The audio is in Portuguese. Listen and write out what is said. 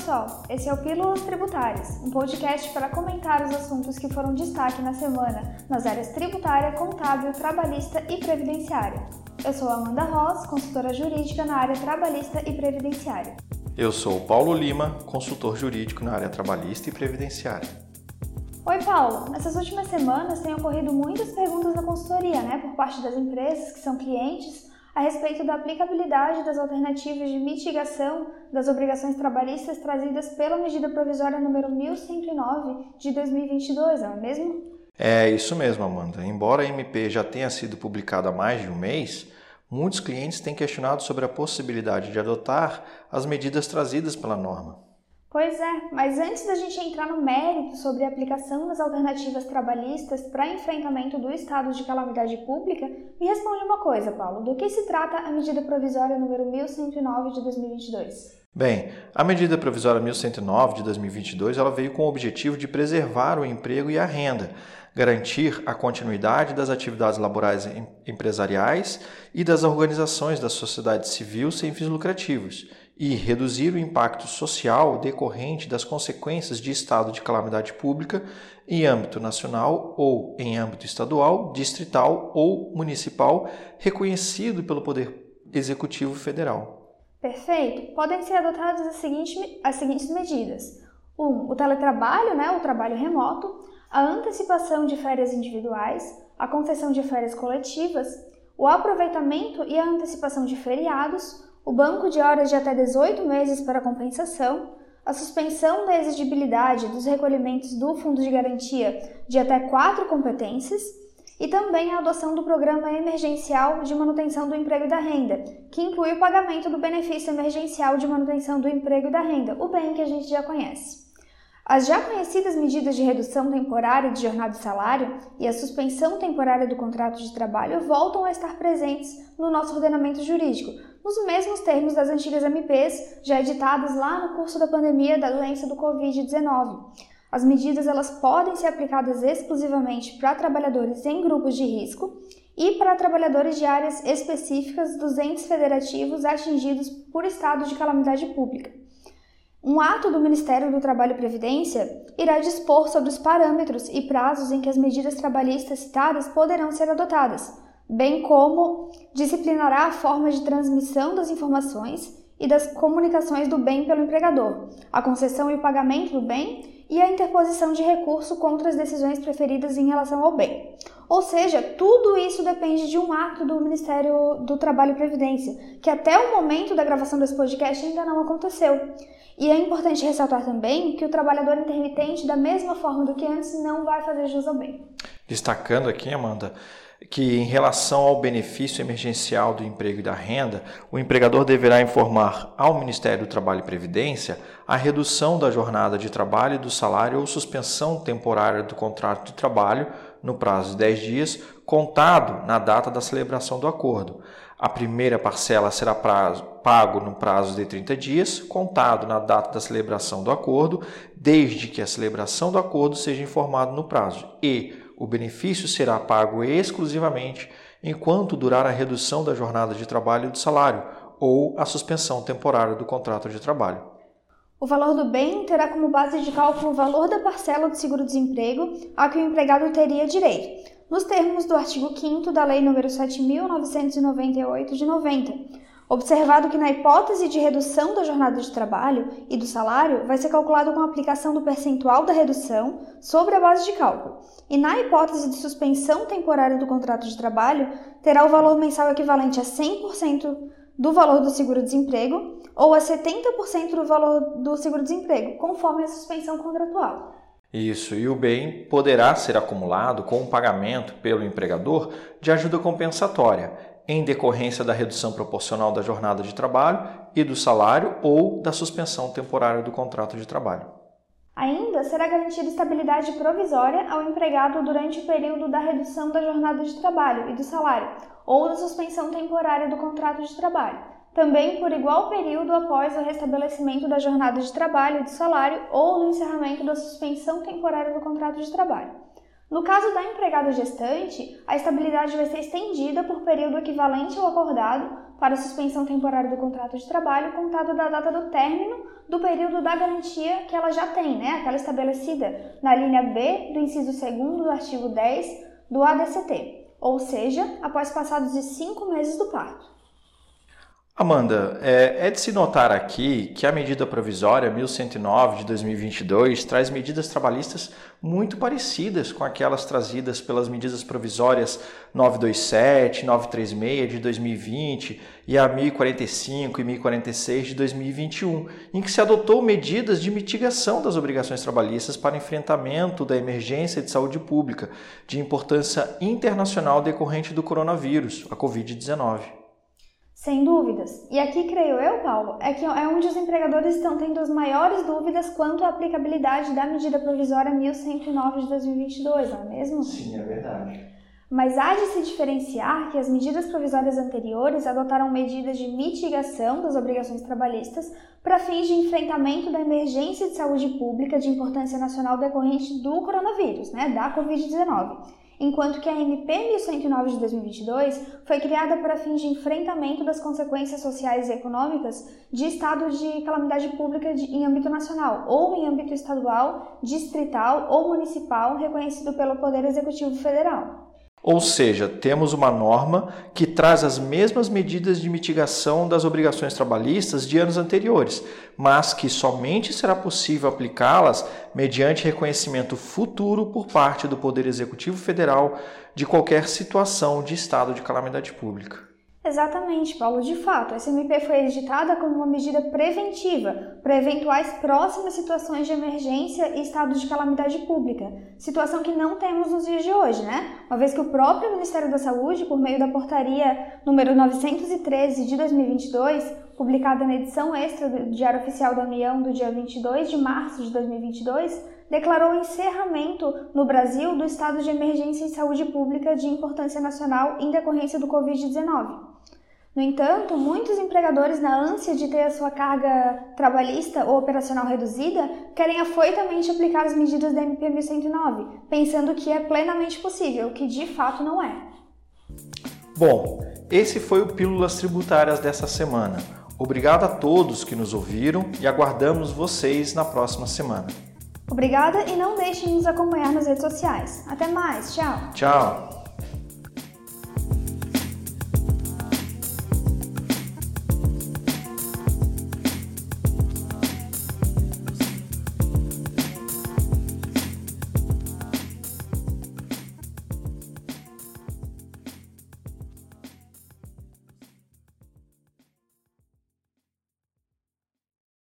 pessoal, esse é o Pílulas Tributárias, um podcast para comentar os assuntos que foram destaque na semana nas áreas tributária, contábil, trabalhista e previdenciária. Eu sou Amanda Ross, consultora jurídica na área trabalhista e previdenciária. Eu sou o Paulo Lima, consultor jurídico na área trabalhista e previdenciária. Oi Paulo, nessas últimas semanas têm ocorrido muitas perguntas na consultoria, por parte das empresas que são clientes, a respeito da aplicabilidade das alternativas de mitigação das obrigações trabalhistas trazidas pela medida provisória número 1109 de 2022, não é mesmo? É isso mesmo, Amanda. Embora a MP já tenha sido publicada há mais de um mês, muitos clientes têm questionado sobre a possibilidade de adotar as medidas trazidas pela norma. Pois é, mas antes da gente entrar no mérito sobre a aplicação das alternativas trabalhistas para enfrentamento do estado de calamidade pública, me responde uma coisa, Paulo. Do que se trata a medida provisória número 1109 de 2022? Bem, a medida provisória 1109 de 2022 ela veio com o objetivo de preservar o emprego e a renda, garantir a continuidade das atividades laborais empresariais e das organizações da sociedade civil sem fins lucrativos e reduzir o impacto social decorrente das consequências de estado de calamidade pública em âmbito nacional ou em âmbito estadual, distrital ou municipal, reconhecido pelo Poder Executivo Federal. Perfeito. Podem ser adotadas as seguintes medidas. 1. O teletrabalho, o trabalho remoto, a antecipação de férias individuais, a concessão de férias coletivas, o aproveitamento e a antecipação de feriados, o banco de horas de até 18 meses para compensação, a suspensão da exigibilidade dos recolhimentos do Fundo de Garantia de até 4 competências e também a adoção do Programa Emergencial de Manutenção do Emprego e da Renda, que inclui o pagamento do Benefício Emergencial de Manutenção do Emprego e da Renda, o BEM que a gente já conhece. As já conhecidas medidas de redução temporária de jornada e salário e a suspensão temporária do contrato de trabalho voltam a estar presentes no nosso ordenamento jurídico, nos mesmos termos das antigas MPs já editadas lá no curso da pandemia da doença do Covid-19. As medidas elas podem ser aplicadas exclusivamente para trabalhadores em grupos de risco e para trabalhadores de áreas específicas dos entes federativos atingidos por estado de calamidade pública. Um ato do Ministério do Trabalho e Previdência irá dispor sobre os parâmetros e prazos em que as medidas trabalhistas citadas poderão ser adotadas, bem como disciplinará a forma de transmissão das informações e das comunicações do bem pelo empregador, a concessão e o pagamento do bem e a interposição de recurso contra as decisões preferidas em relação ao bem. Ou seja, tudo isso depende de um ato do Ministério do Trabalho e Previdência, que até o momento da gravação desse podcast ainda não aconteceu. E é importante ressaltar também que o trabalhador intermitente, da mesma forma do que antes, não vai fazer jus ao bem. Destacando aqui, Amanda, que em relação ao benefício emergencial do emprego e da renda, o empregador deverá informar ao Ministério do Trabalho e Previdência a redução da jornada de trabalho e do salário ou suspensão temporária do contrato de trabalho no prazo de 10 dias, contado na data da celebração do acordo. A primeira parcela será pago no prazo de 30 dias, contado na data da celebração do acordo, desde que a celebração do acordo seja informado no prazo, e o benefício será pago exclusivamente enquanto durar a redução da jornada de trabalho e do salário, ou a suspensão temporária do contrato de trabalho. O valor do bem terá como base de cálculo o valor da parcela do seguro-desemprego a que o empregado teria direito, nos termos do artigo 5º da Lei nº 7.998 de 90, observado que na hipótese de redução da jornada de trabalho e do salário vai ser calculado com a aplicação do percentual da redução sobre a base de cálculo, e na hipótese de suspensão temporária do contrato de trabalho terá o valor mensal equivalente a 100% do valor do seguro-desemprego ou a 70% do valor do seguro-desemprego, conforme a suspensão contratual. Isso, e o bem poderá ser acumulado com o pagamento pelo empregador de ajuda compensatória, em decorrência da redução proporcional da jornada de trabalho e do salário ou da suspensão temporária do contrato de trabalho. Ainda será garantida estabilidade provisória ao empregado durante o período da redução da jornada de trabalho e do salário, ou da suspensão temporária do contrato de trabalho, também por igual período após o restabelecimento da jornada de trabalho e do salário ou no encerramento da suspensão temporária do contrato de trabalho. No caso da empregada gestante, a estabilidade vai ser estendida por período equivalente ao acordado para a suspensão temporária do contrato de trabalho, contado da data do término do período da garantia que ela já tem, aquela estabelecida na linha B do inciso 2º do artigo 10 do ADCT, ou seja, após passados de 5 meses do parto. Amanda, é de se notar aqui que a medida provisória 1109 de 2022 traz medidas trabalhistas muito parecidas com aquelas trazidas pelas medidas provisórias 927, 936 de 2020 e a 1045 e 1046 de 2021, em que se adotou medidas de mitigação das obrigações trabalhistas para enfrentamento da emergência de saúde pública de importância internacional decorrente do coronavírus, a Covid-19. Sem dúvidas. E aqui, creio eu, Paulo, é onde os empregadores estão tendo as maiores dúvidas quanto à aplicabilidade da medida provisória 1109 de 2022, não é mesmo? Sim, é verdade. Mas há de se diferenciar que as medidas provisórias anteriores adotaram medidas de mitigação das obrigações trabalhistas para fins de enfrentamento da emergência de saúde pública de importância nacional decorrente do coronavírus, da Covid-19. Enquanto que a MP 1109 de 2022 foi criada para fins de enfrentamento das consequências sociais e econômicas de estado de calamidade pública em âmbito nacional ou em âmbito estadual, distrital ou municipal reconhecido pelo Poder Executivo Federal. Ou seja, temos uma norma que traz as mesmas medidas de mitigação das obrigações trabalhistas de anos anteriores, mas que somente será possível aplicá-las mediante reconhecimento futuro por parte do Poder Executivo Federal de qualquer situação de estado de calamidade pública. Exatamente, Paulo. De fato, essa MP foi editada como uma medida preventiva para eventuais próximas situações de emergência e estado de calamidade pública, situação que não temos nos dias de hoje, Uma vez que o próprio Ministério da Saúde, por meio da portaria número 913 de 2022, publicada na edição extra do Diário Oficial da União do dia 22 de março de 2022, declarou o encerramento no Brasil do estado de emergência em saúde pública de importância nacional em decorrência do Covid-19. No entanto, muitos empregadores, na ânsia de ter a sua carga trabalhista ou operacional reduzida, querem afoitamente aplicar as medidas da MP 1109, pensando que é plenamente possível, o que de fato não é. Bom, esse foi o Pílulas Tributárias dessa semana. Obrigado a todos que nos ouviram e aguardamos vocês na próxima semana. Obrigada e não deixem de nos acompanhar nas redes sociais. Até mais, tchau! Tchau!